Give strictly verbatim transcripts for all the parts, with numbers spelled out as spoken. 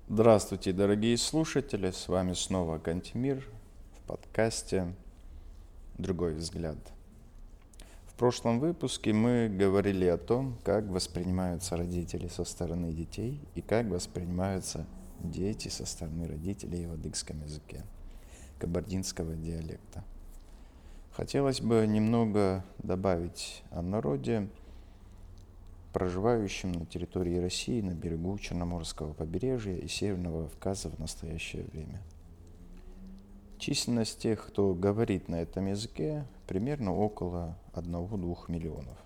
Здравствуйте, дорогие слушатели! С вами снова Кантемир в подкасте «Другой взгляд». В прошлом выпуске мы говорили о том, как воспринимаются родители со стороны детей и как воспринимаются дети со стороны родителей в адыгском языке, кабардинского диалекта. Хотелось бы немного добавить о народе, проживающим на территории России на берегу Черноморского побережья и Северного Кавказа в настоящее время. Численность тех, кто говорит на этом языке, примерно около одного-двух миллионов.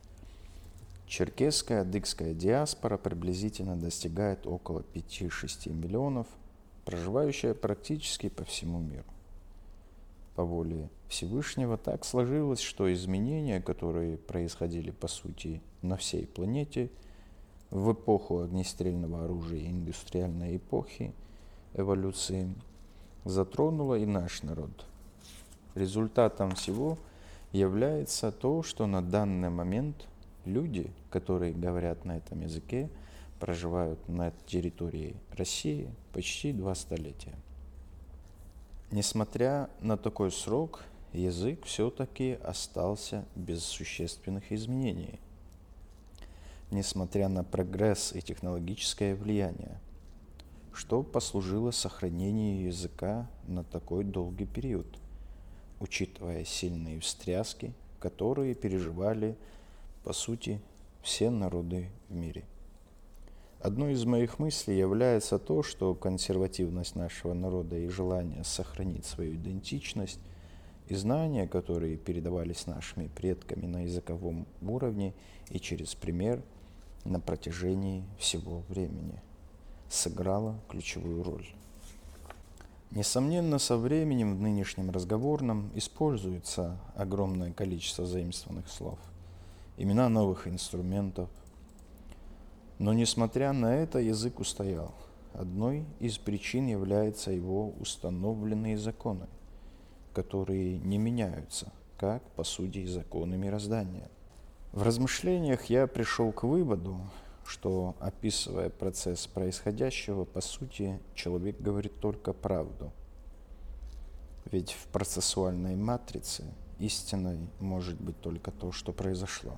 Черкесская, адыгская диаспора приблизительно достигает около пяти-шести миллионов, проживающая практически по всему миру. По воле Всевышнего так сложилось, что изменения, которые происходили по сути на всей планете в эпоху огнестрельного оружия и индустриальной эпохи эволюции, затронуло и наш народ. Результатом всего является то, что на данный момент люди, которые говорят на этом языке, проживают на территории России почти два столетия. Несмотря на такой срок, язык все-таки остался без существенных изменений. Несмотря на прогресс и технологическое влияние, что послужило сохранению языка на такой долгий период, учитывая сильные встряски, которые переживали, по сути, все народы в мире. Одной из моих мыслей является то, что консервативность нашего народа и желание сохранить свою идентичность и знания, которые передавались нашими предками на языковом уровне и через пример на протяжении всего времени, сыграло ключевую роль. Несомненно, со временем в нынешнем разговорном используется огромное количество заимствованных слов, имена новых инструментов. Но, несмотря на это, язык устоял. Одной из причин являются его установленные законы, которые не меняются, как, по сути, и законы мироздания. В размышлениях я пришел к выводу, что, описывая процесс происходящего, по сути, человек говорит только правду. Ведь в процессуальной матрице истиной может быть только то, что произошло.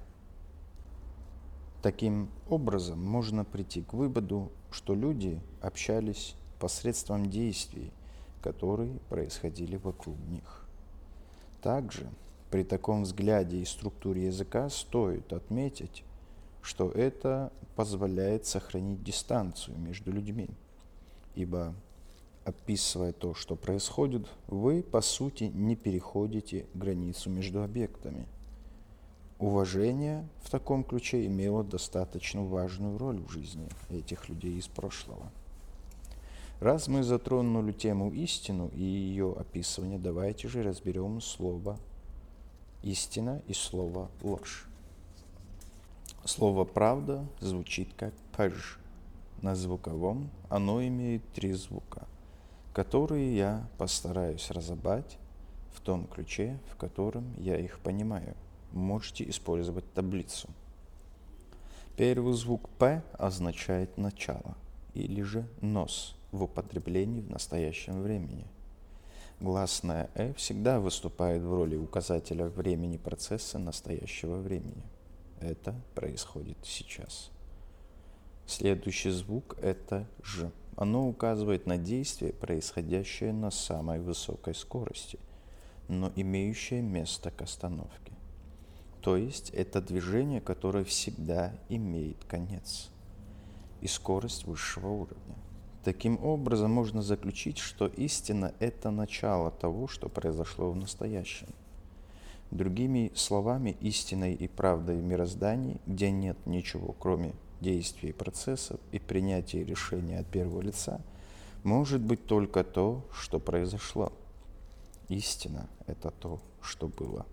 Таким образом, можно прийти к выводу, что люди общались посредством действий, которые происходили вокруг них. Также при таком взгляде и структуре языка стоит отметить, что это позволяет сохранить дистанцию между людьми, ибо, описывая то, что происходит, вы, по сути, не переходите границу между объектами. Уважение в таком ключе имело достаточно важную роль в жизни этих людей из прошлого. Раз мы затронули тему истину и ее описывание, давайте же разберем слово истина и слово ложь. Слово правда звучит как пж. На звуковом оно имеет три звука, которые я постараюсь разобрать в том ключе, в котором я их понимаю. Можете использовать таблицу. Первый звук «п» означает «начало» или же «нос» в употреблении в настоящем времени. Гласная «э» всегда выступает в роли указателя времени процесса настоящего времени. Это происходит сейчас. Следующий звук – это «ж». Оно указывает на действие, происходящее на самой высокой скорости, но имеющее место к остановке. То есть это движение, которое всегда имеет конец и скорость высшего уровня. Таким образом, можно заключить, что истина – это начало того, что произошло в настоящем. Другими словами, истиной и правдой в мироздании, где нет ничего, кроме действий и процессов и принятия решения от первого лица, может быть только то, что произошло. Истина – это то, что было.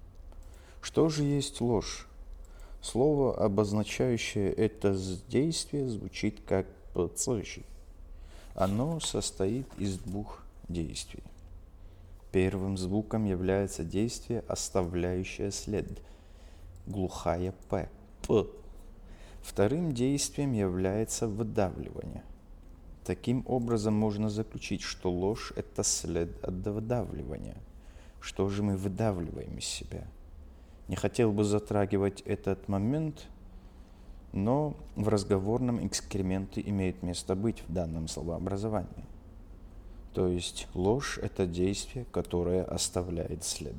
Что же есть ложь? Слово, обозначающее это действие, звучит как «пцыщи». Оно состоит из двух действий. Первым звуком является действие, оставляющее след, глухая «п», «п». Вторым действием является выдавливание, Таким образом, можно заключить, что ложь – это след от выдавливания. Что же мы выдавливаем из себя? Не хотел бы затрагивать этот момент, но в разговорном экскременте имеет место быть в данном словообразовании. То есть ложь – это действие, которое оставляет след.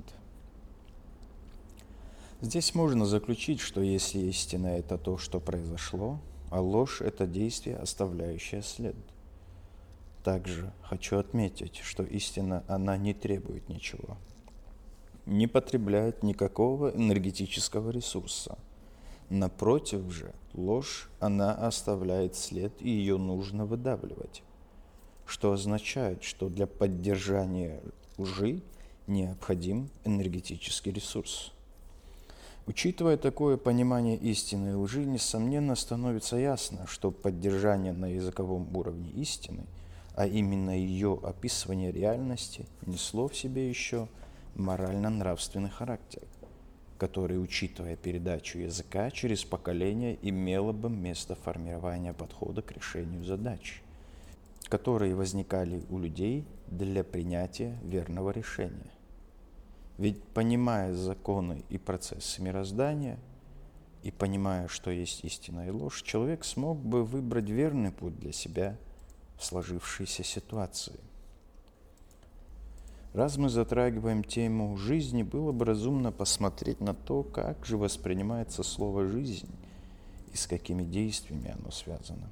Здесь можно заключить, что если истина – это то, что произошло, а ложь – это действие, оставляющее след. Также хочу отметить, что истина, она не требует ничего, не потребляет никакого энергетического ресурса. Напротив же, ложь, она оставляет след, и ее нужно выдавливать, что означает, что для поддержания лжи необходим энергетический ресурс. Учитывая такое понимание истины и лжи, несомненно становится ясно, что поддержание на языковом уровне истины, а именно ее описывание реальности, несло в себе еще морально-нравственный характер, который, учитывая передачу языка через поколения, имело бы место формирования подхода к решению задач, которые возникали у людей для принятия верного решения. Ведь, понимая законы и процессы мироздания, и понимая, что есть истина и ложь, человек смог бы выбрать верный путь для себя в сложившейся ситуации. Раз мы затрагиваем тему жизни, было бы разумно посмотреть на то, как же воспринимается слово «жизнь» и с какими действиями оно связано.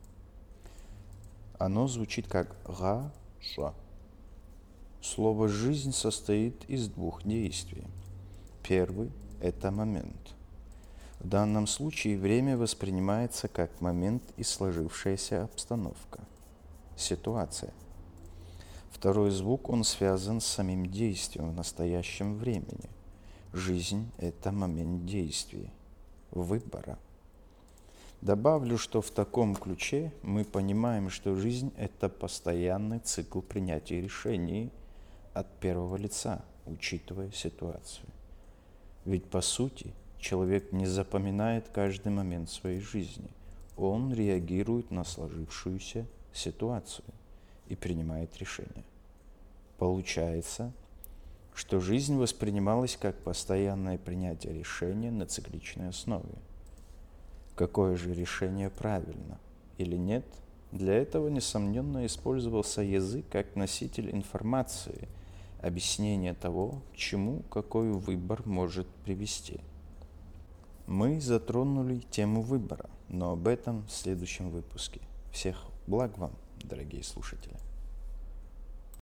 Оно звучит как «га-ша». Слово «жизнь» состоит из двух действий. Первый – это момент. В данном случае время воспринимается как момент и сложившаяся обстановка, ситуация. Второй звук, он связан с самим действием в настоящем времени. Жизнь – это момент действий, выбора. Добавлю, что в таком ключе мы понимаем, что жизнь – это постоянный цикл принятия решений от первого лица, учитывая ситуацию. Ведь, по сути, человек не запоминает каждый момент своей жизни. Он реагирует на сложившуюся ситуацию и принимает решения. Получается, что жизнь воспринималась как постоянное принятие решения на цикличной основе. Какое же решение правильно или нет? Для этого, несомненно, использовался язык как носитель информации, объяснение того, к чему какой выбор может привести. Мы затронули тему выбора, но об этом в следующем выпуске. Всех благ вам, дорогие слушатели!